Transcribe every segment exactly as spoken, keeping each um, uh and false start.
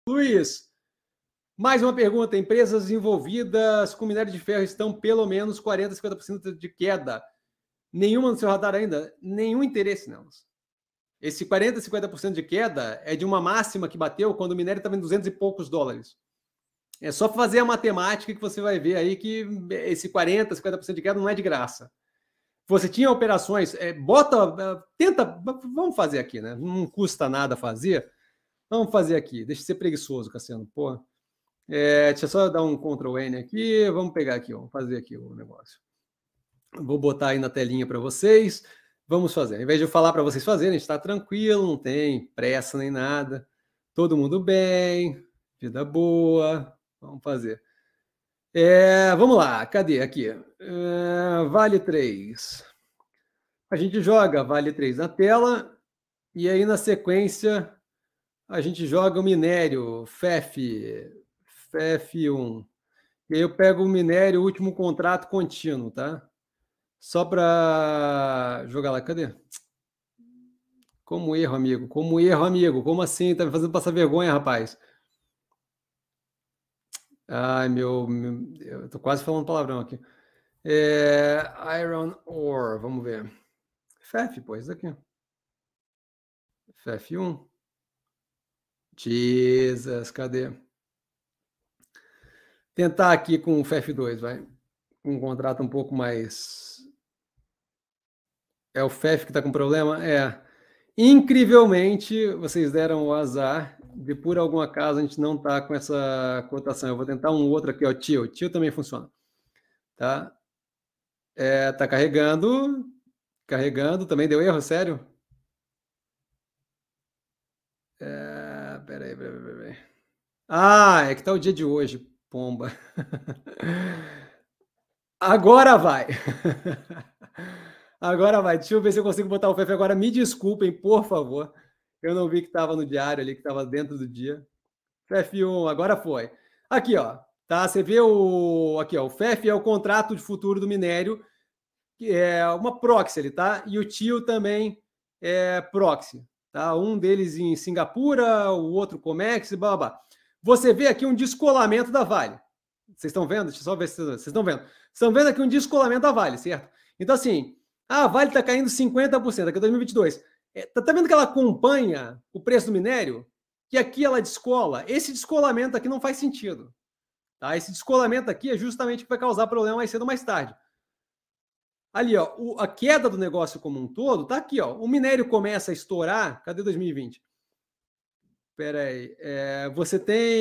Luiz, mais uma pergunta. Empresas envolvidas com minério de ferro estão pelo menos quarenta, cinquenta por cento de queda. Nenhuma no seu radar ainda? Nenhum interesse nelas. Esse quarenta, cinquenta por cento de queda é de uma máxima que bateu quando o minério estava em duzentos e poucos dólares. É só fazer a matemática que você vai ver aí que esse quarenta, cinquenta por cento de queda não é de graça. Você tinha operações, é, bota, tenta, vamos fazer aqui, né? Não custa nada fazer. Vamos fazer aqui. Deixa eu ser preguiçoso, Cassiano. Pô. É, deixa eu só dar um control N aqui. Vamos pegar aqui, vamos fazer aqui o negócio. Vou botar aí na telinha para vocês. Vamos fazer. Ao invés de eu falar para vocês fazerem, a gente está tranquilo, não tem pressa nem nada. Todo mundo bem, vida boa. Vamos fazer. É, vamos lá, cadê? Aqui. É, vale três. A gente joga vale três na tela. E aí, na sequência, a gente joga o minério F E F, F E F um. E aí eu pego o minério, último contrato contínuo, tá? Só para jogar lá. Cadê? Como erro, amigo. Como erro, amigo. Como assim? Tá me fazendo passar vergonha, rapaz. Ai, meu... meu eu tô quase falando palavrão aqui. É, Iron Ore. Vamos ver. F E F, pô. Isso aqui. F E F um. Jesus, cadê? Tentar aqui com o F E F dois, vai. Um contrato um pouco mais... É o F E F que está com problema? É. Incrivelmente, vocês deram o azar de, por algum acaso, a gente não está com essa cotação. Eu vou tentar um outro aqui, ó, Tio. Tio também funciona. Tá? É, tá carregando. Carregando. Também deu erro, sério? É, peraí, peraí, peraí. Ah, é que tá o dia de hoje, pomba. Agora vai. Agora vai. Deixa eu ver se eu consigo botar o F E F agora. Me desculpem, por favor. Eu não vi que estava no diário ali, que estava dentro do dia. F E F um, agora foi. Aqui, ó. Tá? Você vê o. Aqui, ó. O F E F é o contrato de futuro do minério, que é uma proxy ali, tá? E o tio também é proxy. Tá? Um deles em Singapura, o outro Comex, blá, blá, blá. Você vê aqui um descolamento da Vale. Vocês estão vendo? Deixa eu só ver se vocês estão vendo. Vocês estão vendo aqui um descolamento da Vale, certo? Então, assim, a Vale está caindo cinquenta por cento aqui em dois mil e vinte e dois. É, tá, tá vendo que ela acompanha o preço do minério? Que aqui ela descola. Esse descolamento aqui não faz sentido. Tá? Esse descolamento aqui é justamente o que vai causar problema mais cedo ou mais tarde. Ali, ó, o, a queda do negócio como um todo tá aqui, ó. O minério começa a estourar. Cadê dois mil e vinte? Espera aí. É, você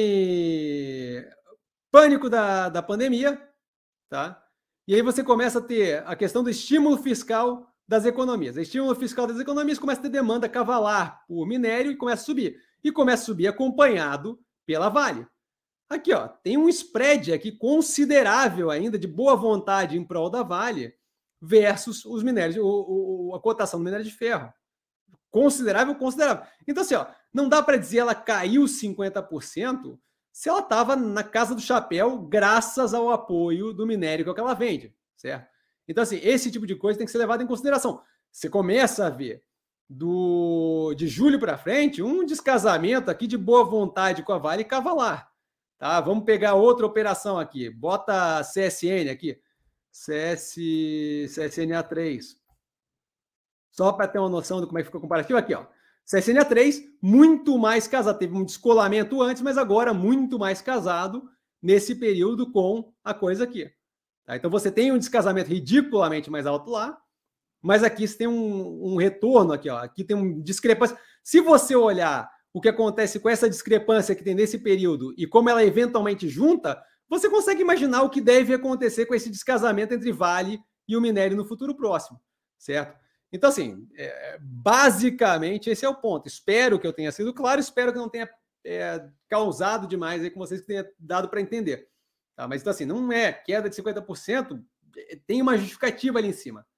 tem pânico da, da pandemia, tá? E aí você começa a ter a questão do estímulo fiscal das economias. O estímulo fiscal das economias começa a ter demanda cavalar por minério e começa a subir. E começa a subir acompanhado pela Vale. Aqui, ó, tem um spread aqui considerável ainda de boa vontade em prol da Vale versus os minérios, o, o, a cotação do minério de ferro. Considerável, considerável. Então, assim, ó, não dá para dizer ela caiu cinquenta por cento se ela estava na casa do chapéu graças ao apoio do minério que é o que ela vende, certo? Então, assim, esse tipo de coisa tem que ser levado em consideração. Você começa a ver do, de julho para frente um descasamento aqui de boa vontade com a Vale e Cavalar. Tá? Vamos pegar outra operação aqui. Bota C S N aqui. C S, C S N A três. Só para ter uma noção de como é que ficou o comparativo aqui, ó. C S N A três, muito mais casado. Teve um descolamento antes, mas agora muito mais casado nesse período com a coisa aqui. Tá? Então você tem um descasamento ridiculamente mais alto lá, mas aqui você tem um, um retorno aqui, ó. Aqui tem uma discrepância. Se você olhar o que acontece com essa discrepância que tem nesse período e como ela eventualmente junta, você consegue imaginar o que deve acontecer com esse descasamento entre Vale e o minério no futuro próximo, certo? Então, assim, é, basicamente esse é o ponto. Espero que eu tenha sido claro, espero que não tenha é, causado demais aí com vocês, que tenha dado para entender. Tá? Mas, então, assim, não é queda de cinquenta por cento, tem uma justificativa ali em cima.